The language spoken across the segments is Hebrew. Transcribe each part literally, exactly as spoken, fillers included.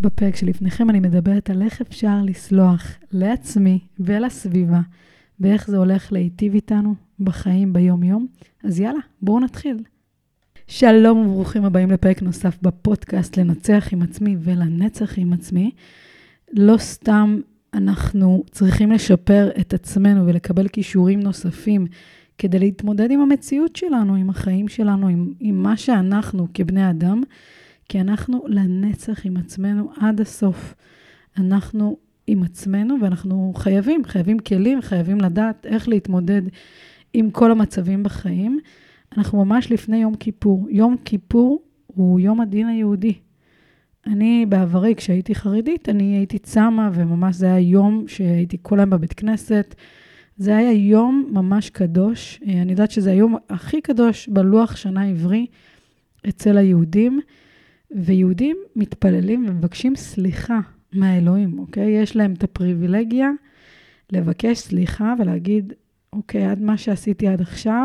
בפרק שלפניכם אני מדברת על איך אפשר לסלוח לעצמי ולסביבה, ואיך זה הולך להיטיב איתנו בחיים ביום יום. אז יאללה, בואו נתחיל. שלום וברוכים הבאים לפרק נוסף בפודקאסט לנצח עם עצמי ולנצח עם עצמי. לא סתם אנחנו צריכים לשפר את עצמנו ולקבל כישורים נוספים כדי להתמודד עם המציאות שלנו, עם החיים שלנו, עם, עם מה שאנחנו כבני אדם, כי אנחנו לנצח עם עצמנו עד הסוף. אנחנו עם עצמנו ואנחנו חייבים, חייבים כלים, חייבים לדעת איך להתמודד עם כל המצבים בחיים. אנחנו ממש לפני יום כיפור. יום כיפור הוא יום הדין היהודי. אני בעברי, כשהייתי חרדית, אני הייתי צמה, וממש זה היה יום שהייתי כל היום בבית כנסת. זה היה יום ממש קדוש. אני יודעת שזה היום הכי קדוש בלוח שנה עברי אצל היהודים. ויהודים מתפללים ומבקשים סליחה מהאלוהים, אוקיי? יש להם את הפריבילגיה לבקש סליחה ולהגיד, אוקיי, עד מה שעשיתי עד עכשיו,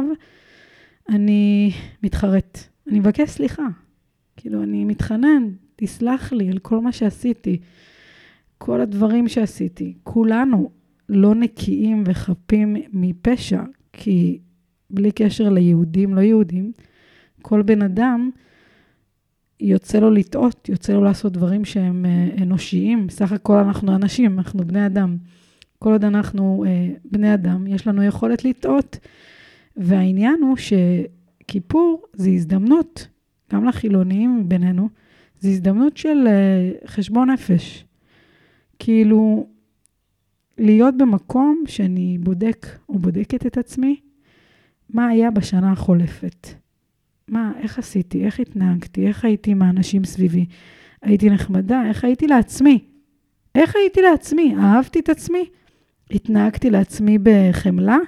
אני מתחרט. אני מבקש סליחה. כאילו, אני מתחנן, תסלח לי על כל מה שעשיתי, כל הדברים שעשיתי. כולנו לא נקיים וחפים מפשע, כי בלי קשר ליהודים, לא יהודים, כל בן אדם יוצא לו לטעות, יוצא לו לעשות דברים שהם אנושיים. בסך הכל אנחנו אנשים, אנחנו בני אדם. כל עוד אנחנו בני אדם, יש לנו יכולת לטעות. והעניין הוא שכיפור זה הזדמנות, גם לחילוניים בינינו, זה הזדמנות של חשבון נפש. כאילו, להיות במקום שאני בודק או בודקת את עצמי, מה היה בשנה החולפת. מה, איך עשיתי, איך התנהגתי, איך הייתי עם האנשים סביבי, הייתי נחמדה, איך הייתי לעצמי, איך הייתי לעצמי, אהבתי את עצמי, התנהגתי לעצמי בחמלה,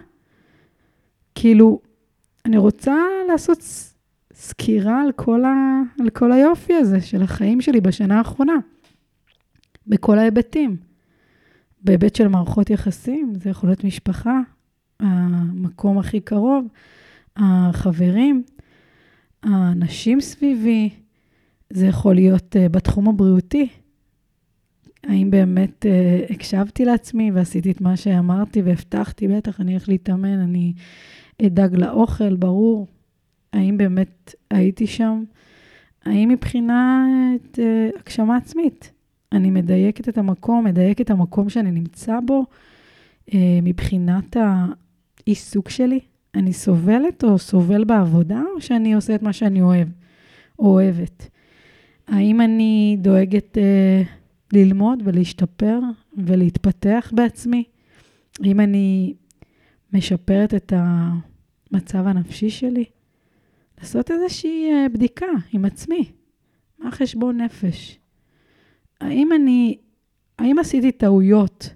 כאילו, אני רוצה לעשות סקירה על כל, ה, על כל היופי הזה של החיים שלי בשנה האחרונה, בכל ההיבטים, בהיבט של מערכות יחסים, זה יכול להיות משפחה, המקום הכי קרוב, החברים, האנשים סביבי, זה יכול להיות uh, בתחום הבריאותי. האם באמת uh, הקשבתי לעצמי ועשיתי את מה שאמרתי והבטחתי, בטח אני הולך להתאמן, אני אדאג לאוכל, ברור. האם באמת הייתי שם? האם מבחינה את uh, הגשמה עצמית? אני מדייקת את המקום, מדייקת את המקום שאני נמצא בו, uh, מבחינת העיסוק שלי. אני סובלת או סובל בעבודה, או שאני עושה את מה שאני אוהב, או אוהבת? האם אני דואגת אה, ללמוד ולהשתפר ולהתפתח בעצמי? האם אני משפרת את המצב הנפשי שלי? לעשות איזושהי אה, בדיקה עם עצמי. מה חשבון נפש? האם אני, האם עשיתי טעויות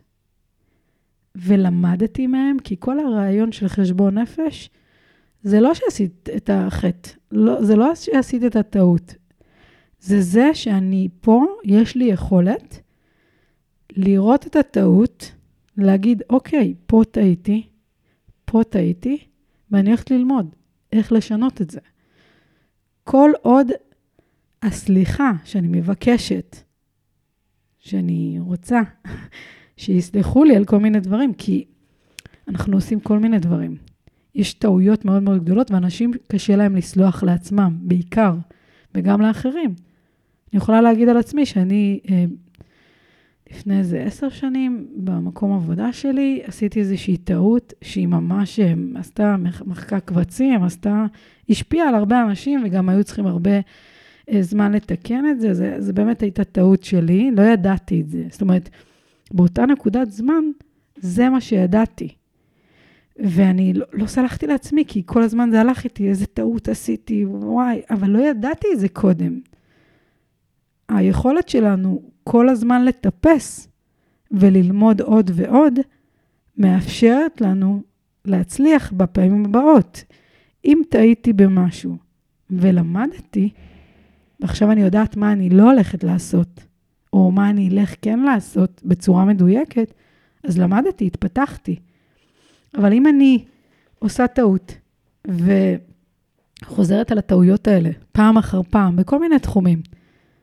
ולמדתי מהם? כי כל הרעיון של חשבון נפש, זה לא שעשית את החטא, לא, זה לא שעשית את הטעות. זה זה שאני פה, יש לי יכולת לראות את הטעות, להגיד, אוקיי, פה טעיתי, פה טעיתי, ואני הולכת ללמוד איך לשנות את זה. כל עוד הסליחה שאני מבקשת, שאני רוצה, שיסלחו לי על כל מיני דברים, כי אנחנו עושים כל מיני דברים. יש טעויות מאוד מאוד גדולות, ואנשים קשה להם לסלוח לעצמם, בעיקר, וגם לאחרים. אני יכולה להגיד על עצמי שאני, אה, לפני איזה עשר שנים, במקום עבודה שלי, עשיתי איזושהי טעות, שהיא ממש עשתה מחקה קבצים, עשתה, השפיעה על הרבה אנשים, וגם היו צריכים הרבה אה, זמן לתקן את זה. זה, זה באמת הייתה טעות שלי, לא ידעתי את זה. זאת אומרת, באותה נקודת זמן, זה מה שידעתי. ואני לא, לא סלחתי לעצמי, כי כל הזמן זה הלך איתי, איזה טעות עשיתי, וואי, אבל לא ידעתי את זה קודם. היכולת שלנו כל הזמן לטפס וללמוד עוד ועוד, מאפשרת לנו להצליח בפעמים הבאות. אם טעיתי במשהו ולמדתי, ועכשיו אני יודעת מה אני לא הולכת לעשות, או מה אני אלך כן לעשות בצורה מדויקת, אז למדתי, התפתחתי. אבל אם אני עושה טעות, וחוזרת על הטעויות האלה, פעם אחר פעם, בכל מיני תחומים,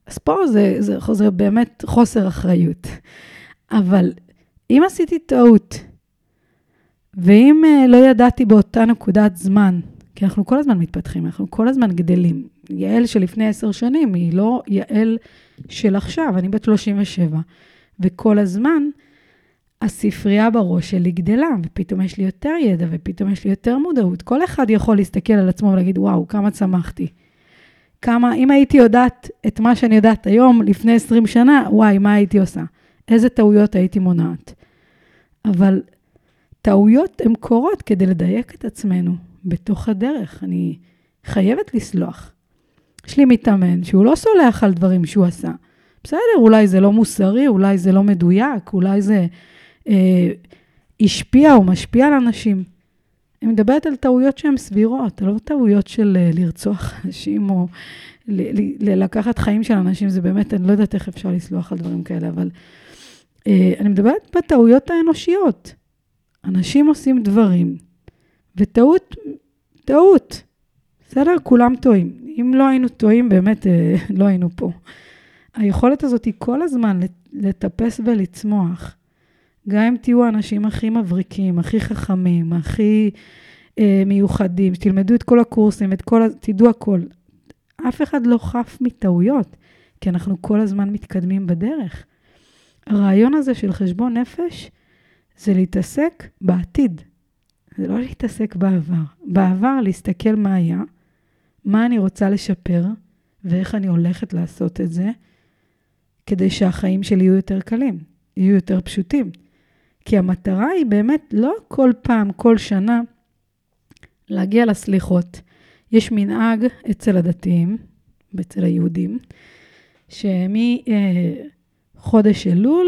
אז פה זה, זה, זה באמת חוסר אחריות. אבל אם עשיתי טעות, ואם לא ידעתי באותה נקודת זמן, כי אנחנו כל הזמן מתפתחים, אנחנו כל הזמן גדלים. יעל שלפני עשר שנים היא לא יעל של עכשיו, אני בת שלושים ושבע, וכל הזמן הספרייה בראש שלי גדלה, ופתאום יש לי יותר ידע, ופתאום יש לי יותר מודעות. כל אחד יכול להסתכל על עצמו ולהגיד, וואו, כמה צמחתי. כמה, אם הייתי יודעת את מה שאני יודעת היום, לפני עשרים שנה, וואי, מה הייתי עושה? איזה טעויות הייתי מונעת? אבל טעויות הן קורות כדי לדייק את עצמנו בתוך הדרך. אני חייבת לסלוח. יש לי מתאמן שהוא לא סולח על דברים שהוא עשה. בסדר, אולי זה לא מוסרי, אולי זה לא מדויק, אולי זה אה, השפיע או משפיע על אנשים. אני מדברת על טעויות שהן סבירות, לא טעויות של אה, לרצוח אנשים או ל- ל- לקחת חיים של אנשים. זה באמת, אני לא יודעת איך אפשר לסלוח על דברים כאלה, אבל אה, אני מדברת בטעויות האנושיות. אנשים עושים דברים, וטעות, טעות. בסדר, כולם טועים. אם לא היינו טועים, באמת אה, לא היינו פה. היכולת הזאת היא כל הזמן לטפס ולצמוח. גם אם תהיו האנשים הכי מבריקים, הכי חכמים, הכי אה, מיוחדים, שתלמדו את כל הקורסים, את כל, תדעו הכל. אף אחד לא חף מטעויות, כי אנחנו כל הזמן מתקדמים בדרך. הרעיון הזה של חשבון נפש, זה להתעסק בעתיד. זה לא להתעסק בעבר. בעבר להסתכל מה היה, מה אני רוצה לשפר, ואיך אני הולכת לעשות את זה, כדי שהחיים שלי יהיו יותר קלים, יהיו יותר פשוטים. כי המטרה היא באמת לא כל פעם, כל שנה, להגיע לסליחות. יש מנהג אצל הדתיים, אצל היהודים, שמחודש אלול,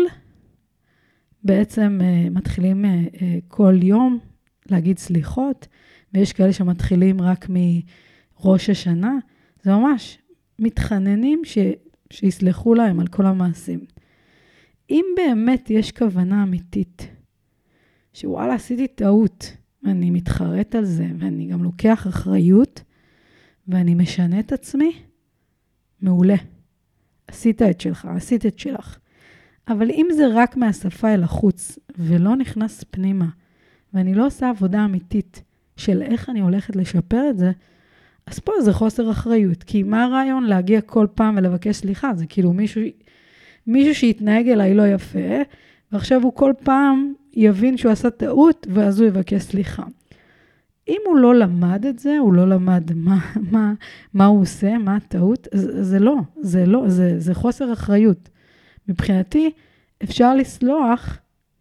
בעצם מתחילים כל יום להגיד סליחות, ויש כאלה שמתחילים רק מראש השנה. זה ממש מתחננים ש... שיסלחו להם על כל המעשים. אם באמת יש כוונה אמיתית, שוואלה עשיתי טעות, ואני מתחרט על זה, ואני גם לוקח אחריות, ואני משנה את עצמי, מעולה. עשית את שלך, עשית את שלך. אבל אם זה רק מהשפה אל החוץ, ולא נכנס פנימה, ואני לא עושה עבודה אמיתית של איך אני הולכת לשפר את זה, אז פה זה חוסר אחריות. כי מה הרעיון להגיע כל פעם ולבקש סליחה? זה כאילו מישהו, מישהו שהתנהג אליי לא יפה, ועכשיו הוא כל פעם יבין שהוא עשה טעות, ואז הוא יבקש סליחה. אם הוא לא למד את זה, הוא לא למד מה, מה, מה הוא עושה, מה הטעות, זה, זה לא, זה לא, זה, זה חוסר אחריות. מבחינתי, אפשר לסלוח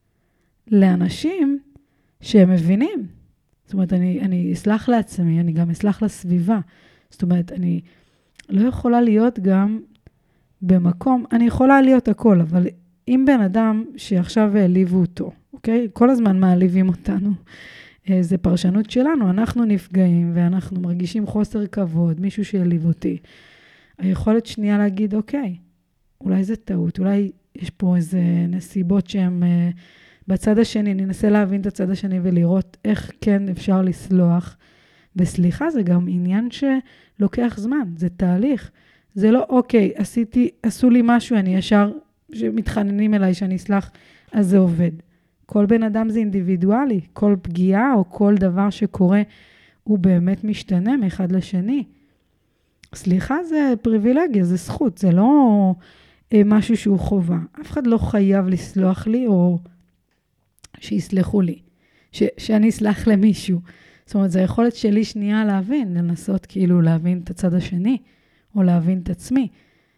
לאנשים שהם מבינים. זאת אומרת, אני, אני אסלח לעצמי, אני גם אסלח לסביבה. זאת אומרת, אני לא יכולה להיות גם במקום, אני יכולה להיות הכל, אבל אם בן אדם שעכשיו העליבו אותו, אוקיי? כל הזמן מעליבים אותנו. זה פרשנות שלנו, אנחנו נפגעים ואנחנו מרגישים חוסר כבוד, מישהו שהעליב אותי. היכולת שנייה להגיד, אוקיי, אולי זה טעות, אולי יש פה איזה נסיבות שהן בצד השני, ננסה להבין את הצד השני ולראות איך כן אפשר לסלוח. וסליחה זה גם עניין שלוקח זמן, זה תהליך. זה לא, אוקיי, עשיתי, עשו לי משהו, אני ישר, שמתחננים אליי שאני אסלח, אז זה עובד. כל בן אדם זה אינדיבידואלי, כל פגיעה או כל דבר שקורה, הוא באמת משתנה מאחד לשני. סליחה זה פריבילגיה, זה זכות, זה לא משהו שהוא חובה. אף אחד לא חייב לסלוח לי או שיסלחו לי, ש- שאני אסלח למישהו. זאת אומרת, זה יכולת שלי שנייה להבין, לנסות כאילו להבין את הצד השני, או להבין את עצמי.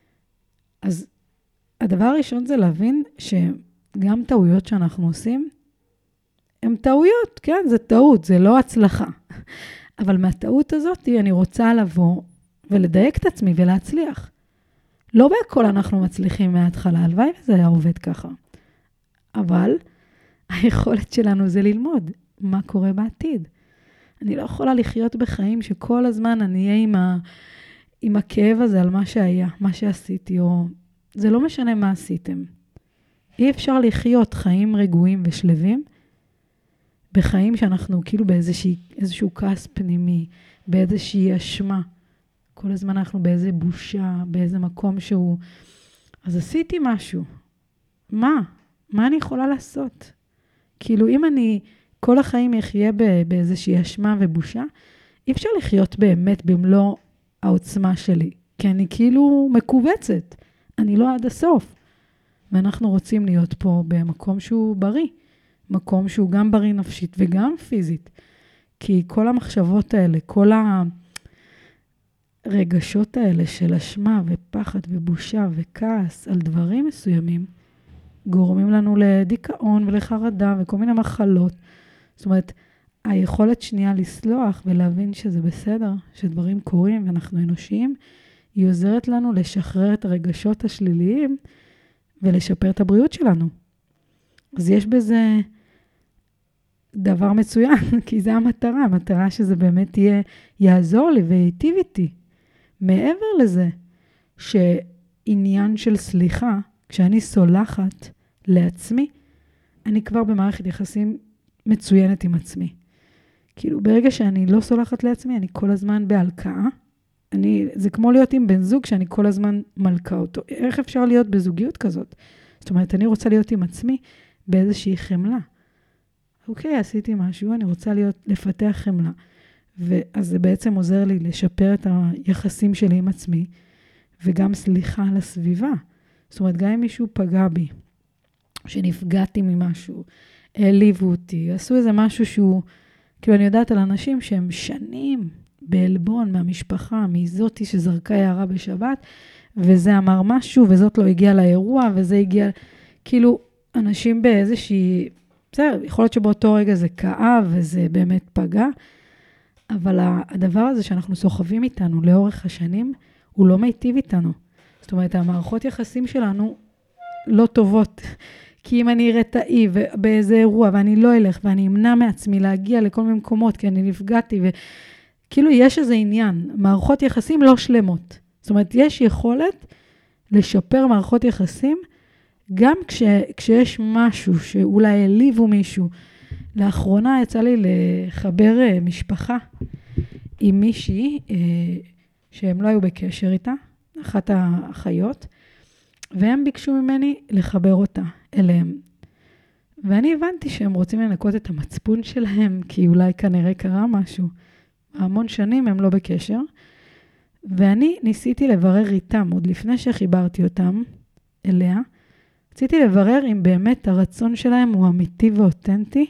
אז הדבר הראשון זה להבין שגם טעויות שאנחנו עושים, הן טעויות, כן? זה טעות, זה לא הצלחה. אבל מהטעות הזאת אני רוצה לבוא ולדייק את עצמי ולהצליח. לא בהכל אנחנו מצליחים מההתחלה, הלוואי וזה היה עובד ככה. אבל היכולת שלנו זה ללמוד מה קורה בעתיד. אני לא יכולה לחיות בחיים שכל הזמן אני אהיה עם, ה... עם הכאב הזה על מה שהיה, מה שעשיתי, או זה לא משנה מה עשיתם. אי אפשר לחיות חיים רגועים ושלבים, בחיים שאנחנו כאילו באיזשהו כעס פנימי, באיזושהי אשמה. כל הזמן אנחנו באיזה בושה, באיזה מקום שהוא... אז עשיתי משהו. מה? מה אני יכולה לעשות? כאילו, אם אני כל החיים אחיה באיזושהי אשמה ובושה, אי אפשר לחיות באמת במלוא העוצמה שלי, כי אני כאילו מקובצת, אני לא עד הסוף. ואנחנו רוצים להיות פה במקום שהוא בריא, מקום שהוא גם בריא נפשית וגם פיזית. כי כל המחשבות האלה, כל הרגשות האלה של אשמה ופחד ובושה וכעס על דברים מסוימים, גורמים לנו לדיכאון ולחרדה וכל מיני מחלות. זאת אומרת, היכולת שנייה לסלוח ולהבין שזה בסדר, שדברים קורים ואנחנו אנושיים, היא עוזרת לנו לשחרר את הרגשות השליליים ולשפר את הבריאות שלנו. אז יש בזה דבר מצוין, כי זה המטרה, המטרה שזה באמת יהיה, יעזור לי וייטיב איתי. מעבר לזה, שעניין של סליחה, כשאני סולחת לעצמי, אני כבר במערכת יחסים מצוינת עם עצמי. כאילו, ברגע שאני לא סולחת לעצמי, אני כל הזמן בהלקאה. אני, זה כמו להיות עם בן זוג שאני כל הזמן מלכה אותו. איך אפשר להיות בזוגיות כזאת? זאת אומרת, אני רוצה להיות עם עצמי באיזושהי חמלה. אוקיי, עשיתי משהו, אני רוצה להיות, לפתח חמלה. ואז זה בעצם עוזר לי לשפר את היחסים שלי עם עצמי, וגם סליחה על הסביבה. זאת אומרת, גם אם מישהו פגע בי, שנפגעתי ממשהו, העליבו אותי, עשו איזה משהו שהוא, כאילו אני יודעת על אנשים שהם שנים בעלבון מהמשפחה, מזאתי שזרקה הערה בשבת, וזה אמר משהו, וזאת לא הגיע לאירוע, וזה הגיע, כאילו אנשים באיזושהי, בסדר, יכול להיות שבאותו רגע זה כאב, וזה באמת פגע, אבל הדבר הזה שאנחנו סוחבים איתנו לאורך השנים, הוא לא מיטיב איתנו. זאת אומרת, המערכות יחסים שלנו לא טובות, כי אם אני אראה תאי באיזה אירוע, ואני לא אלך, ואני אמנע מעצמי להגיע לכל מיני מקומות, כי אני נפגעתי, וכאילו יש איזה עניין, מערכות יחסים לא שלמות. זאת אומרת, יש יכולת לשפר מערכות יחסים, גם כש, כשיש משהו שאולי העליבו מישהו. לאחרונה יצא לי לחבר משפחה עם מישהי, שהם לא היו בקשר איתה, אחת האחיות, והם ביקשו ממני לחבר אותה אליהם. ואני הבנתי שהם רוצים לנקות את המצפון שלהם, כי אולי כנראה קרה משהו. המון שנים הם לא בקשר, ואני ניסיתי לברר איתם, עוד לפני שחיברתי אותם אליה, רציתי לברר אם באמת הרצון שלהם הוא אמיתי ואותנטי,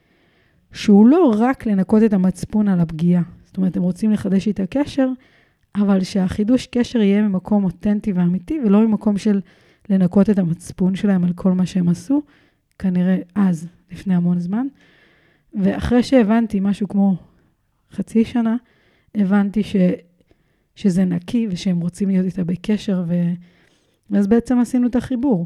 שהוא לא רק לנקות את המצפון על הפגיעה. זאת אומרת, הם רוצים לחדש איתה קשר, אבל שהחידוש קשר יהיה ממקום אותנטי ואמיתי, ולא ממקום של לנקות את המצפון שלהם על כל מה שהם עשו, כנראה אז, לפני המון זמן. ואחרי שהבנתי משהו כמו חצי שנה, הבנתי ש, שזה נקי, ושהם רוצים להיות איתה בקשר, ו... ואז בעצם עשינו את החיבור.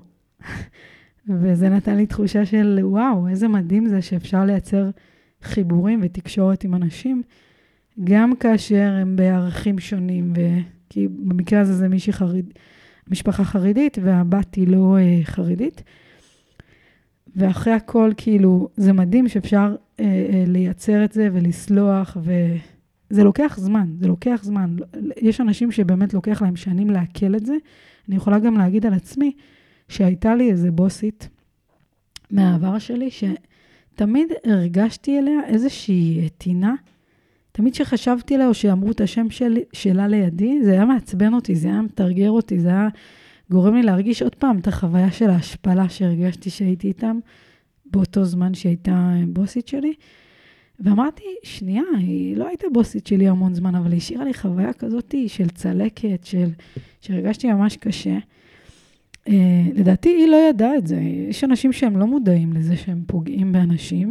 וזה נתן לי תחושה של וואו, איזה מדהים זה שאפשר לייצר חיבורים ותקשורת עם אנשים, גם כאשר הם בערכים שונים, ו... כי במקרה הזה זה מישהי חריד, משפחה חרדית, והבת היא לא אה, חרדית. ואחרי הכל, כאילו, זה מדהים שאפשר אה, אה, לייצר את זה ולסלוח, וזה לוקח זמן, זה לוקח זמן. יש אנשים שבאמת לוקח להם שנים להקל את זה. אני יכולה גם להגיד על עצמי, שהייתה לי איזה בוסית מהעבר שלי, שתמיד הרגשתי אליה איזושהי תינה, תמיד שחשבתי עליה, או שאמרו את השם של, שלה לידי, זה היה מעצבן אותי, זה היה מתרגר אותי, זה היה גורם לי להרגיש עוד פעם את החוויה של ההשפלה שהרגשתי שהייתי איתם, באותו זמן שהייתה בוסית שלי, ואמרתי, שנייה, היא לא הייתה בוסית שלי המון זמן, אבל היא השאירה לי חוויה כזאת של צלקת, של, שהרגשתי ממש קשה. Uh, לדעתי היא לא ידעה את זה, יש אנשים שהם לא מודעים לזה שהם פוגעים באנשים,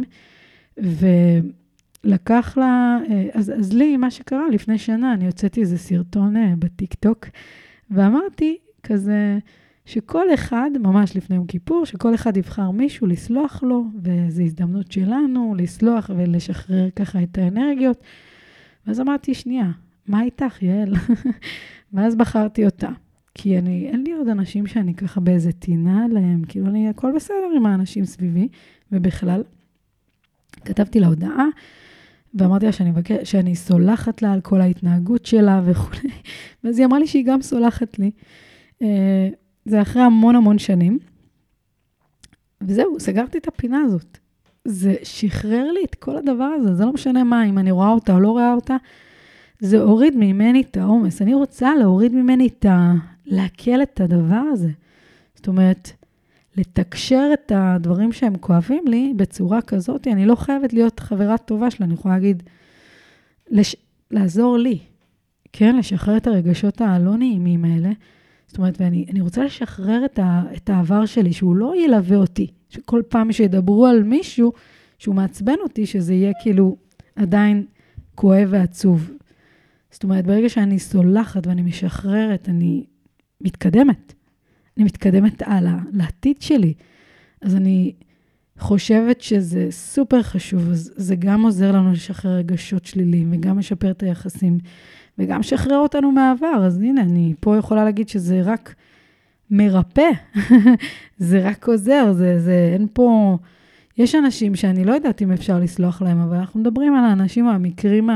ולקח לה, uh, אז, אז לי מה שקרה לפני שנה, אני הוצאתי איזה סרטון uh, בטיק טוק, ואמרתי כזה, שכל אחד, ממש לפני יום כיפור, שכל אחד יבחר מישהו לסלוח לו, וזו הזדמנות שלנו לסלוח ולשחרר ככה את האנרגיות, ואז אמרתי, שנייה, מה איתך יעל? ואז בחרתי אותה. כי אני, אין לי עוד אנשים שאני ככה באיזה תינה עליהם, כאילו אני, הכל בסדר עם האנשים סביבי, ובכלל, כתבתי לה הודעה, ואמרתי לה שאני, מבקש, שאני סולחת לה על כל ההתנהגות שלה וכו'. ואז היא אמרה לי שהיא גם סולחת לי. זה אחרי המון המון שנים. וזהו, סגרתי את הפינה הזאת. זה שחרר לי את כל הדבר הזה, זה לא משנה מה, אם אני רואה אותה או לא רואה אותה, זה הוריד ממני את העומס. אני רוצה להוריד ממני את ה... להקל את הדבר הזה. זאת אומרת, לתקשר את הדברים שהם כואבים לי בצורה כזאת, אני לא חייבת להיות חברה טובה שלה, אני יכולה להגיד, לש... לעזור לי, כן? לשחרר את הרגשות הלא נעימים האלה. זאת אומרת, ואני אני רוצה לשחרר את, ה... את העבר שלי, שהוא לא ילווה אותי, שכל פעם שידברו על מישהו, שהוא מעצבן אותי, שזה יהיה כאילו עדיין כואב ועצוב. זאת אומרת, ברגע שאני סולחת ואני משחררת, אני מתקדמת. אני מתקדמת הלאה, לעתיד שלי. אז אני חושבת שזה סופר חשוב, אז זה גם עוזר לנו לשחרר רגשות שליליים, וגם משפר את היחסים, וגם שחרר אותנו מהעבר. אז הנה, אני פה יכולה להגיד שזה רק מרפא, זה רק עוזר, זה, זה, אין פה... יש אנשים שאני לא יודעת אם אפשר לסלוח להם, אבל אנחנו מדברים על האנשים, המקרים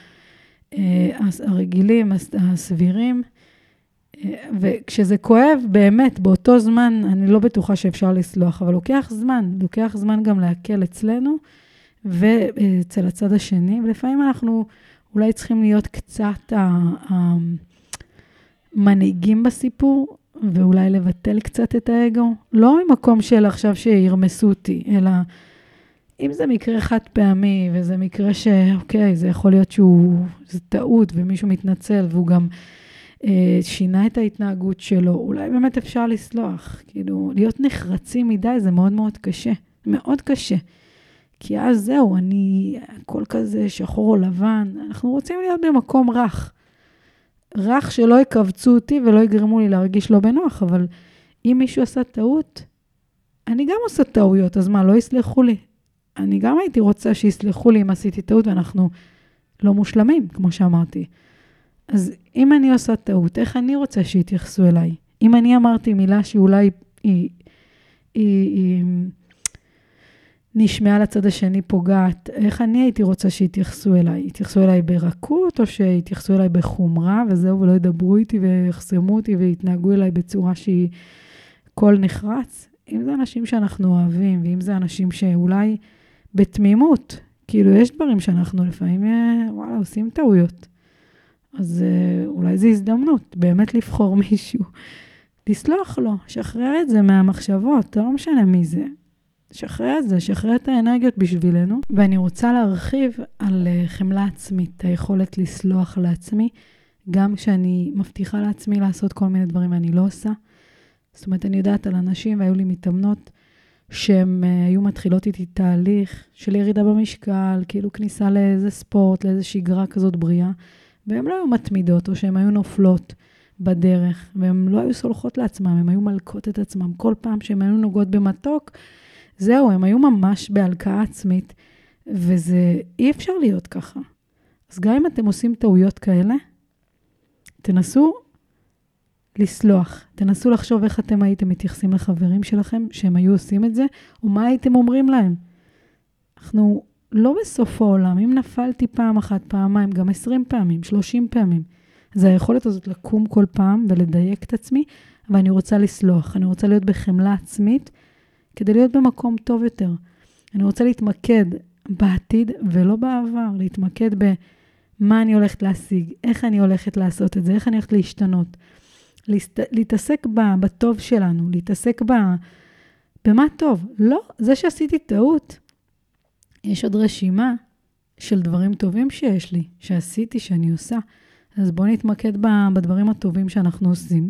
הרגילים, הסבירים, וכשזה כואב, באמת, באותו זמן, אני לא בטוחה שאפשר לסלוח, אבל לוקח זמן, לוקח זמן גם להקל אצלנו, ואצל הצד השני, ולפעמים אנחנו אולי צריכים להיות קצת המנהיגים בסיפור, ואולי לבטל קצת את האגו, לא ממקום של עכשיו שירמסו אותי, אלא אם זה מקרה חד פעמי, וזה מקרה שאוקיי, זה יכול להיות שהוא, זה טעות, ומישהו מתנצל, והוא גם אה, שינה את ההתנהגות שלו, אולי באמת אפשר לסלוח, כאילו, להיות נחרצים מדי, זה מאוד מאוד קשה, מאוד קשה, כי אז זהו, אני, הכל כזה שחור או לבן, אנחנו רוצים להיות במקום רך, רך שלא יקבצו אותי ולא יגרמו לי להרגיש לא בנוח, אבל אם מישהו עשה טעות, אני גם עושה טעויות, אז מה, לא יסלחו לי? אני גם הייתי רוצה שיסלחו לי אם עשיתי טעות, ואנחנו לא מושלמים, כמו שאמרתי. אז אם אני עושה טעות, איך אני רוצה שיתייחסו אליי? אם אני אמרתי מילה שאולי היא, היא, היא נשמעה לצד השני פוגעת, איך אני הייתי רוצה שיתייחסו אליי? יתייחסו אליי ברכות, או שיתייחסו אליי בחומרה, וזהו, ולא ידברו איתי ויחסמו אותי, ויתנהגו אליי בצורה שהיא כל נחרץ? אם זה אנשים שאנחנו אוהבים, ואם זה אנשים שאולי בתמימות, כאילו יש דברים שאנחנו לפעמים, וואלה, עושים טעויות. אז אולי זו הזדמנות, באמת לבחור מישהו, לסלוח לו, שחרר את זה מהמחשבות, לא משנה מי זה. שחרר את זה, שחרר את האנרגיות בשבילנו. ואני רוצה להרחיב על חמלה עצמית, היכולת לסלוח לעצמי, גם כשאני מבטיחה לעצמי לעשות כל מיני דברים אני לא עושה. זאת אומרת, אני יודעת על אנשים, והיו לי מתאמנות, שהם היו מתחילות איתי תהליך של ירידה במשקל, כאילו כניסה לאיזה ספורט, לאיזה שגרה כזאת בריאה, והם לא היו מתמידות, או שהם היו נופלות בדרך, והם לא היו סולחות לעצמם, הם היו מלכות את עצמם. כל פעם שהם היו נוגעות במתוק, זהו, הם היו ממש בהלקאה עצמית, וזה אי אפשר להיות ככה. אז גם אם אתם עושים טעויות כאלה, תנסו לסלוח, תנסו לחשוב איך אתם הייתם מתייחסים לחברים שלכם, שהם היו עושים את זה, ומה הייתם אומרים להם. אנחנו לא בסוף העולם, אם נפלתי פעם אחת, פעמיים, גם עשרים פעמים, שלושים פעמים, אז היכולת הזאת לקום כל פעם ולדייק את עצמי, אבל אני רוצה לסלוח, אני רוצה להיות בחמלה עצמית, כדי להיות במקום טוב יותר. אני רוצה להתמקד בעתיד ולא בעבר, להתמקד במה אני הולכת להשיג, איך אני הולכת לעשות את זה, איך אני הולכת להשתנות, להסת... להתעסק בטוב שלנו, להתעסק ב... במה טוב. לא, זה שעשיתי טעות, יש עוד רשימה של דברים טובים שיש לי, שעשיתי, שאני עושה. אז בואו נתמקד בדברים הטובים שאנחנו עושים.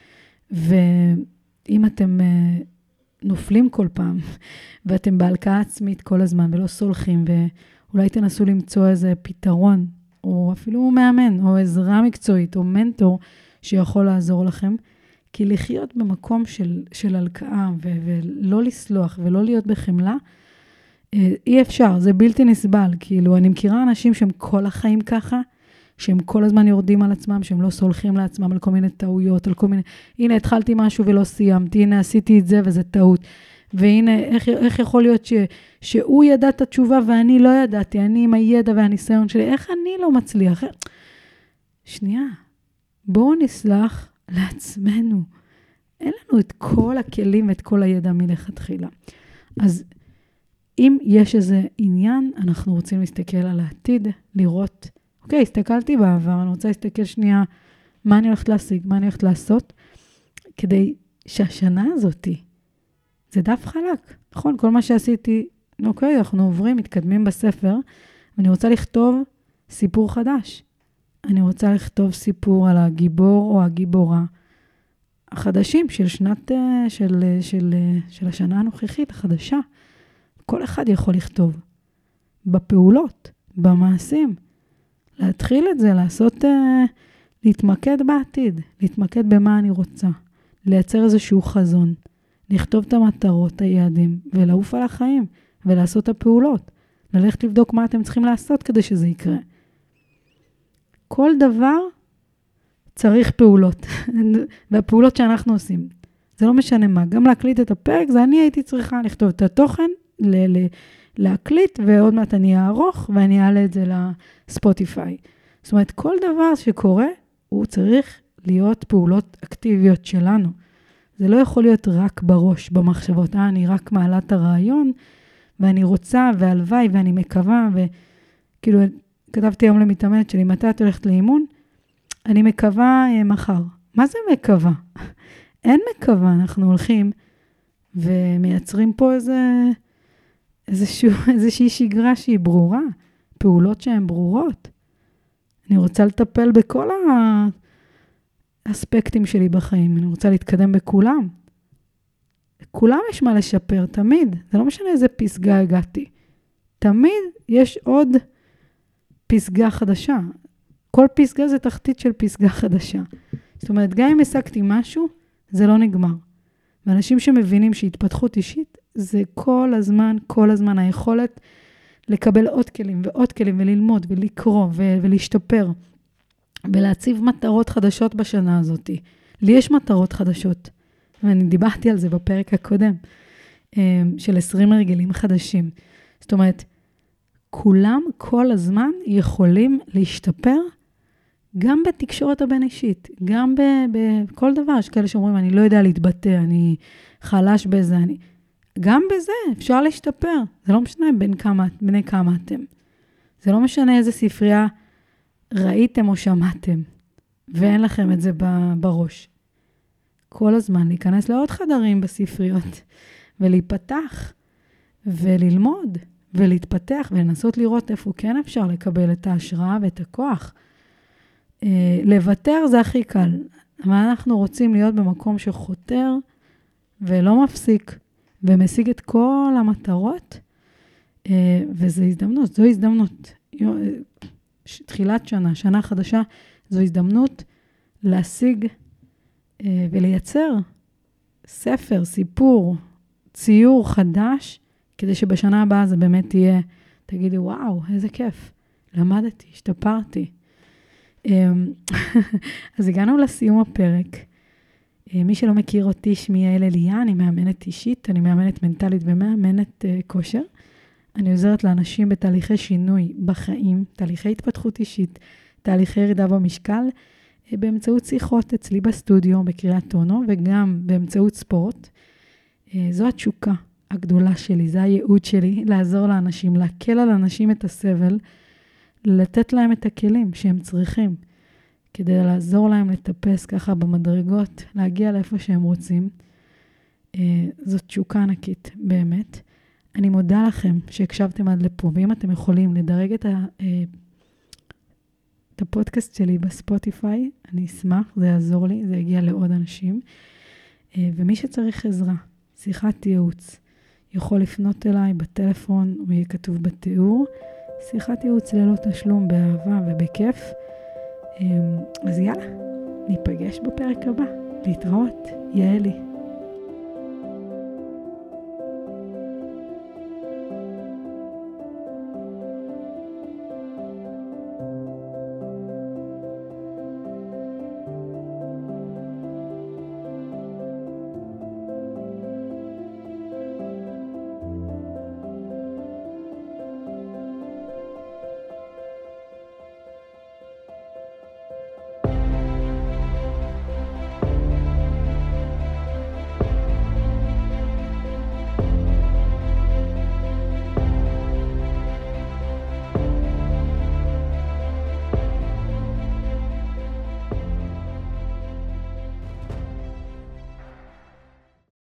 ואם אתם נופלים כל פעם, ואתם בהלקאה עצמית כל הזמן, ולא סולחים, ואולי תנסו למצוא איזה פתרון, או אפילו מאמן, או עזרה מקצועית, או מנטור, שיכול לעזור לכם, כי לחיות במקום של, של הלקאה, ו- ולא לסלוח, ולא להיות בחמלה, אי אפשר, זה בלתי נסבל. כאילו, אני מכירה אנשים שהם כל החיים ככה, שהם כל הזמן יורדים על עצמם, שהם לא סולחים לעצמם על כל מיני טעויות, על כל מיני, הנה התחלתי משהו ולא סיימתי, הנה עשיתי את זה וזה טעות. והנה, איך, איך יכול להיות ש, שהוא ידע את התשובה ואני לא ידעתי, אני עם הידע והניסיון שלי, איך אני לא מצליח? שנייה, בואו נסלח לעצמנו. אין לנו את כל הכלים ואת כל הידע מלכתחילה. אז אם יש איזה עניין, אנחנו רוצים להסתכל על העתיד, לראות, אוקיי, הסתכלתי בעבר, אני רוצה להסתכל שנייה, מה אני הולכת להשיג, מה אני הולכת לעשות, כדי שהשנה הזאת, זה דף חלק. נכון, כל מה שעשיתי, אוקיי, אנחנו עוברים, מתקדמים בספר, ואני רוצה לכתוב סיפור חדש. אני רוצה לכתוב סיפור על הגיבור או הגיבורה, החדשים של שנת, של, של, של השנה הנוכחית, החדשה. כל אחד יכול לכתוב בפעולות, במעשים, להתחיל את זה, לעשות, להתמקד בעתיד, להתמקד במה אני רוצה, לייצר איזשהו חזון, לכתוב את המטרות, היעדים, ולעוף על החיים, ולעשות את הפעולות, ללכת לבדוק מה אתם צריכים לעשות כדי שזה יקרה. כל דבר צריך פעולות, והפעולות שאנחנו עושים. זה לא משנה מה, גם להקליט את הפרק, זה אני הייתי צריכה לכתוב את התוכן, ל- ל- להקליט, ועוד מעט אני אערוך, ואני אעלה את זה לספוטיפיי. זאת אומרת, כל דבר שקורה, הוא צריך להיות פעולות אקטיביות שלנו. זה לא יכול להיות רק בראש, במחשבות. אה, אני רק מעלה את הרעיון, ואני רוצה, והלוואי, ואני מקווה, וכאילו, כתבתי היום למתאמנת שלי, מתי את הולכת לאימון? אני מקווה מחר. מה זה מקווה? אין מקווה, אנחנו הולכים ומייצרים פה איזה, איזשהו, איזושהי שגרה שהיא ברורה, פעולות שהן ברורות. אני רוצה לטפל בכל האספקטים שלי בחיים, אני רוצה להתקדם בכולם. כולם יש מה לשפר, תמיד. זה לא משנה איזה פסגה הגעתי. תמיד יש עוד פסגה חדשה. כל פסגה זה תחתית של פסגה חדשה. זאת אומרת, גם אם השגתי משהו, זה לא נגמר. ואנשים שמבינים שהתפתחות אישית, זה כל הזמן, כל הזמן היכולת לקבל עוד כלים ועוד כלים וללמוד ולקרוא ו- ולהשתפר ולהציב מטרות חדשות בשנה הזאת. לי יש מטרות חדשות, ואני דיברתי על זה בפרק הקודם, של עשרים הרגלים חדשים. זאת אומרת, כולם כל הזמן יכולים להשתפר, גם בתקשורת הבין אישית, גם בכל דבר. יש כאלה שאומרים, אני לא יודע להתבטא, אני חלש בזה, אני... גם בזה אפשר להשתפר. זה לא משנה בין כמה, בני כמה אתם. זה לא משנה איזה ספרייה ראיתם או שמעתם, ואין לכם את זה בראש. כל הזמן להיכנס לעוד חדרים בספריות, ולהיפתח, וללמוד, ולהתפתח, ולנסות לראות איפה כן אפשר לקבל את ההשראה ואת הכוח. לוותר זה הכי קל, אבל אנחנו רוצים להיות במקום שחותר, ולא מפסיק, ומשיג את כל המטרות, וזו הזדמנות, זו הזדמנות. תחילת שנה, שנה חדשה, זו הזדמנות להשיג ולייצר ספר, סיפור, ציור חדש, כדי שבשנה הבאה זה באמת תהיה, תגידי, וואו, איזה כיף, למדתי, השתפרתי. אז הגענו לסיום הפרק. מי שלא מכיר אותי, שמי יעל אליה, אני מאמנת אישית, אני מאמנת מנטלית ומאמנת כושר. אני עוזרת לאנשים בתהליכי שינוי בחיים, תהליכי התפתחות אישית, תהליכי ירידה במשקל, באמצעות שיחות אצלי בסטודיו בקריית אונו, וגם באמצעות ספורט. זו התשוקה הגדולה שלי, זה הייעוד שלי, לעזור לאנשים, להקל על אנשים את הסבל, לתת להם את הכלים שהם צריכים, כדי לעזור להם לטפס ככה במדרגות, להגיע לאיפה שהם רוצים. זאת תשוקה ענקית, באמת. אני מודה לכם שהקשבתם עד לפה, ואם אתם יכולים לדרג את, ה, את הפודקאסט שלי בספוטיפיי, אני אשמח, זה יעזור לי, זה יגיע לעוד אנשים. ומי שצריך עזרה, שיחת ייעוץ, יכול לפנות אליי בטלפון, הוא יהיה כתוב בתיאור, שיחת ייעוץ ללא תשלום, באהבה ובכיף. אז יאללה, ניפגש בפרק הבא. להתראות, יעלי.